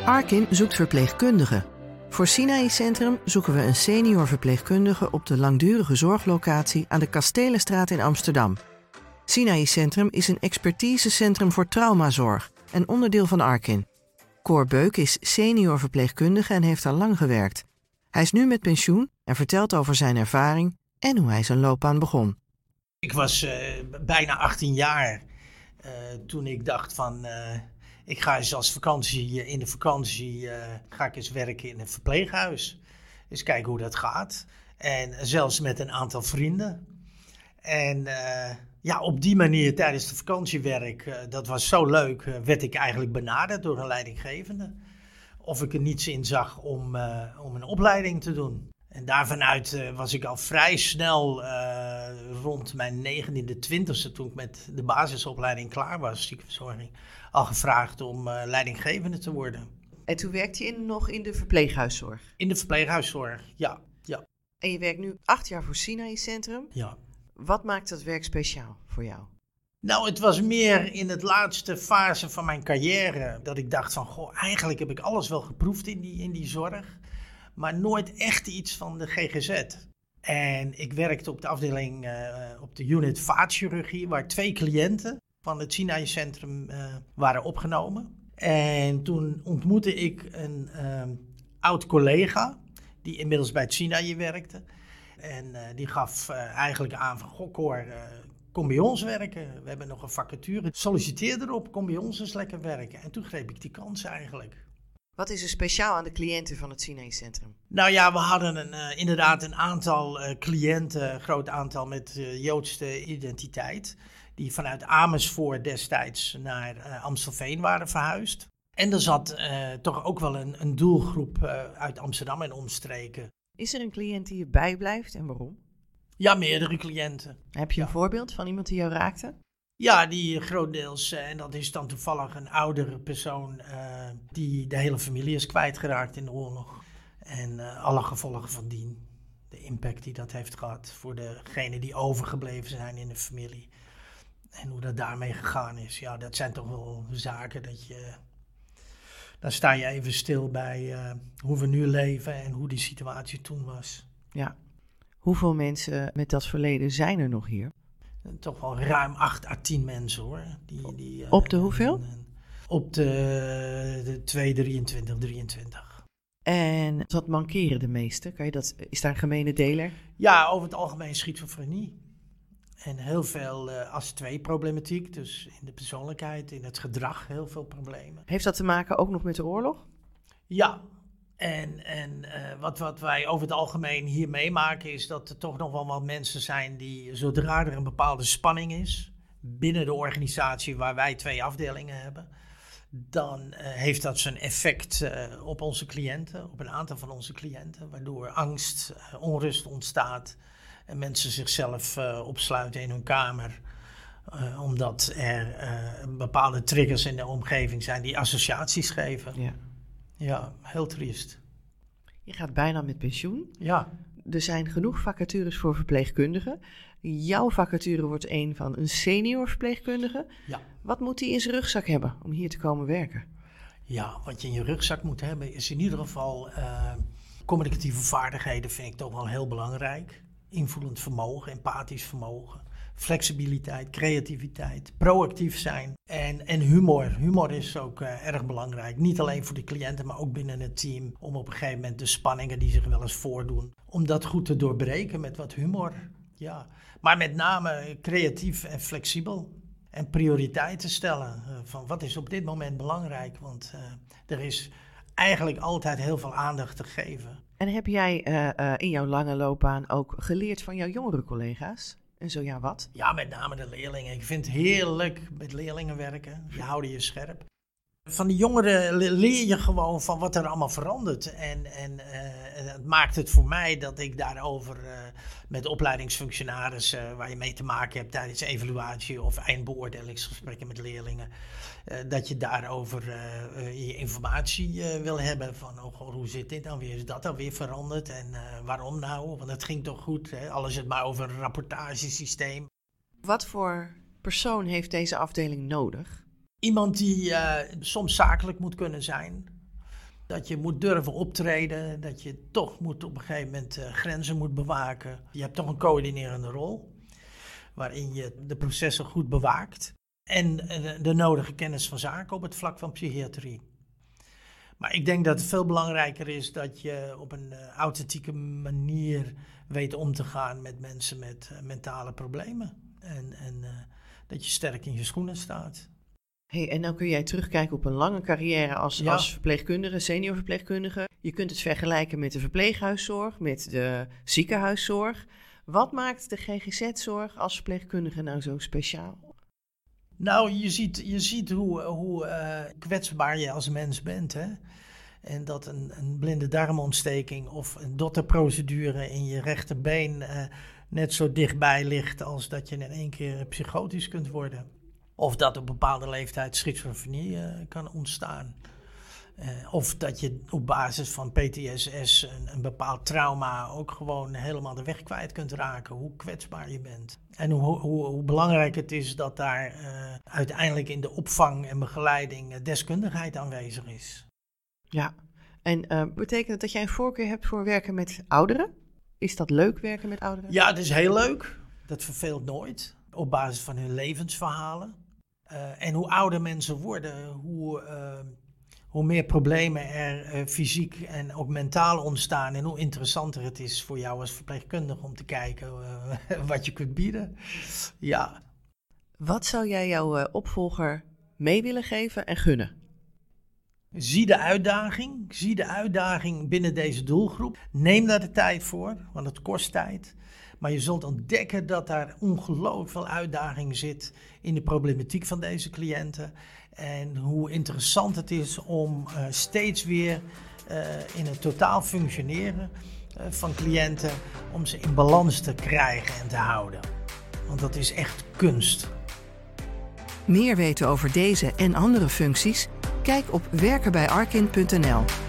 Arkin zoekt verpleegkundigen. Voor Sinaï Centrum zoeken we een senior verpleegkundige op de langdurige zorglocatie aan de Kastelenstraat in Amsterdam. Sinaï Centrum is een expertisecentrum voor traumazorg en onderdeel van Arkin. Cor Beuk is senior verpleegkundige en heeft al lang gewerkt. Hij is nu met pensioen en vertelt over zijn ervaring en hoe hij zijn loopbaan begon. Ik was bijna 18 jaar toen ik dacht van... ik ga eens als in de vakantie ga ik eens werken in een verpleeghuis. Eens kijken hoe dat gaat. En zelfs met een aantal vrienden. En op die manier tijdens de vakantiewerk, dat was zo leuk, werd ik eigenlijk benaderd door een leidinggevende. Of ik er niets in zag om een opleiding te doen. En daarvanuit was ik al vrij snel rond mijn 19e, toen ik met de basisopleiding klaar was, ziekenverzorging, al gevraagd om leidinggevende te worden. En toen werkte je nog in de verpleeghuiszorg? In de verpleeghuiszorg, ja. En je werkt nu 8 jaar voor Sinaï Centrum. Ja. Wat maakt dat werk speciaal voor jou? Nou, het was meer in het laatste fase van mijn carrière dat ik dacht van, eigenlijk heb ik alles wel geproefd in die zorg, maar nooit echt iets van de GGZ. En ik werkte op de afdeling, op de unit vaatchirurgie, waar 2 cliënten van het Sinaï Centrum waren opgenomen. En toen ontmoette ik een oud collega, die inmiddels bij het Sinaï werkte. En die gaf eigenlijk aan van, Cor, kom bij ons werken. We hebben nog een vacature. Solliciteer erop, kom bij ons eens lekker werken. En toen greep ik die kans eigenlijk. Wat is er speciaal aan de cliënten van het Sinaï Centrum? Nou ja, we hadden inderdaad een aantal cliënten, een groot aantal met Joodse identiteit, die vanuit Amersfoort destijds naar Amstelveen waren verhuisd. En er zat toch ook wel een doelgroep uit Amsterdam en omstreken. Is er een cliënt die je bijblijft en waarom? Ja, meerdere cliënten. Heb je een voorbeeld van iemand die jou raakte? Ja, die grotendeels, en dat is dan toevallig een oudere persoon die de hele familie is kwijtgeraakt in de oorlog. En alle gevolgen van dien, de impact die dat heeft gehad voor degenen die overgebleven zijn in de familie. En hoe dat daarmee gegaan is, ja, dat zijn toch wel zaken dat je... Dan sta je even stil bij hoe we nu leven en hoe die situatie toen was. Ja. Hoeveel mensen met dat verleden zijn er nog hier? Toch wel ruim 8 à 10 mensen hoor. Op de hoeveel? Op de 23. En wat mankeren de meesten? Is daar een gemene deler? Ja, over het algemeen schizofrenie. En heel veel AS2-problematiek, dus in de persoonlijkheid, in het gedrag heel veel problemen. Heeft dat te maken ook nog met de oorlog? Ja, en wat wij over het algemeen hier meemaken is dat er toch nog wel wat mensen zijn die, zodra er een bepaalde spanning is binnen de organisatie waar wij 2 afdelingen hebben, dan heeft dat zijn effect op onze cliënten, op een aantal van onze cliënten, waardoor angst, onrust ontstaat. En mensen zichzelf opsluiten in hun kamer. Omdat er bepaalde triggers in de omgeving zijn die associaties geven. Ja, heel triest. Je gaat bijna met pensioen. Ja. Er zijn genoeg vacatures voor verpleegkundigen. Jouw vacature wordt een van een senior verpleegkundige. Ja. Wat moet hij in zijn rugzak hebben om hier te komen werken? Ja, wat je in je rugzak moet hebben is in ieder geval... communicatieve vaardigheden vind ik toch wel heel belangrijk. Invoelend vermogen, empathisch vermogen, flexibiliteit, creativiteit, proactief zijn en humor. Humor is ook erg belangrijk. Niet alleen voor de cliënten, maar ook binnen het team. Om op een gegeven moment de spanningen die zich wel eens voordoen, om dat goed te doorbreken met wat humor. Ja. Maar met name creatief en flexibel. En prioriteiten stellen. Van wat is op dit moment belangrijk? Want er is eigenlijk altijd heel veel aandacht te geven. En heb jij in jouw lange loopbaan ook geleerd van jouw jongere collega's? En zo ja, wat? Ja, met name de leerlingen. Ik vind het heerlijk met leerlingen werken. Die houden je scherp. Van die jongeren leer je gewoon van wat er allemaal verandert. En het maakt het voor mij dat ik daarover met opleidingsfunctionarissen, waar je mee te maken hebt tijdens evaluatie of eindbeoordelingsgesprekken met leerlingen, dat je daarover je informatie wil hebben van hoe zit dit dan weer? Is dat dan weer veranderd? En waarom nou? Want het ging toch goed? Hè? Alles het maar over een rapportagesysteem. Wat voor persoon heeft deze afdeling nodig? Iemand die soms zakelijk moet kunnen zijn. Dat je moet durven optreden, dat je toch moet op een gegeven moment grenzen moet bewaken. Je hebt toch een coördinerende rol, waarin je de processen goed bewaakt. En de nodige kennis van zaken op het vlak van psychiatrie. Maar ik denk dat het veel belangrijker is dat je op een authentieke manier weet om te gaan met mensen met mentale problemen. En dat je sterk in je schoenen staat. Hey, en dan kun jij terugkijken op een lange carrière als verpleegkundige, senior verpleegkundige. Je kunt het vergelijken met de verpleeghuiszorg, met de ziekenhuiszorg. Wat maakt de GGZ-zorg als verpleegkundige nou zo speciaal? Nou, je ziet hoe kwetsbaar je als mens bent, hè? En dat een blinde darmontsteking of een dotterprocedure in je rechterbeen net zo dichtbij ligt als dat je in één keer psychotisch kunt worden. Of dat op een bepaalde leeftijd schizofrenie kan ontstaan. Of dat je op basis van PTSS een bepaald trauma ook gewoon helemaal de weg kwijt kunt raken. Hoe kwetsbaar je bent. En hoe belangrijk het is dat daar uiteindelijk in de opvang en begeleiding deskundigheid aanwezig is. Ja, en betekent het dat jij een voorkeur hebt voor werken met ouderen? Is dat leuk, werken met ouderen? Ja, het is heel leuk. Dat verveelt nooit. Op basis van hun levensverhalen. En hoe ouder mensen worden, hoe meer problemen er fysiek en ook mentaal ontstaan. En hoe interessanter het is voor jou als verpleegkundige om te kijken wat je kunt bieden. Ja. Wat zou jij jouw opvolger mee willen geven en gunnen? Zie de uitdaging binnen deze doelgroep. Neem daar de tijd voor, want het kost tijd. Maar je zult ontdekken dat daar ongelooflijk veel uitdaging zit in de problematiek van deze cliënten. En hoe interessant het is om steeds weer in het totaal functioneren van cliënten, om ze in balans te krijgen en te houden. Want dat is echt kunst. Meer weten over deze en andere functies? Kijk op werkenbijarkin.nl.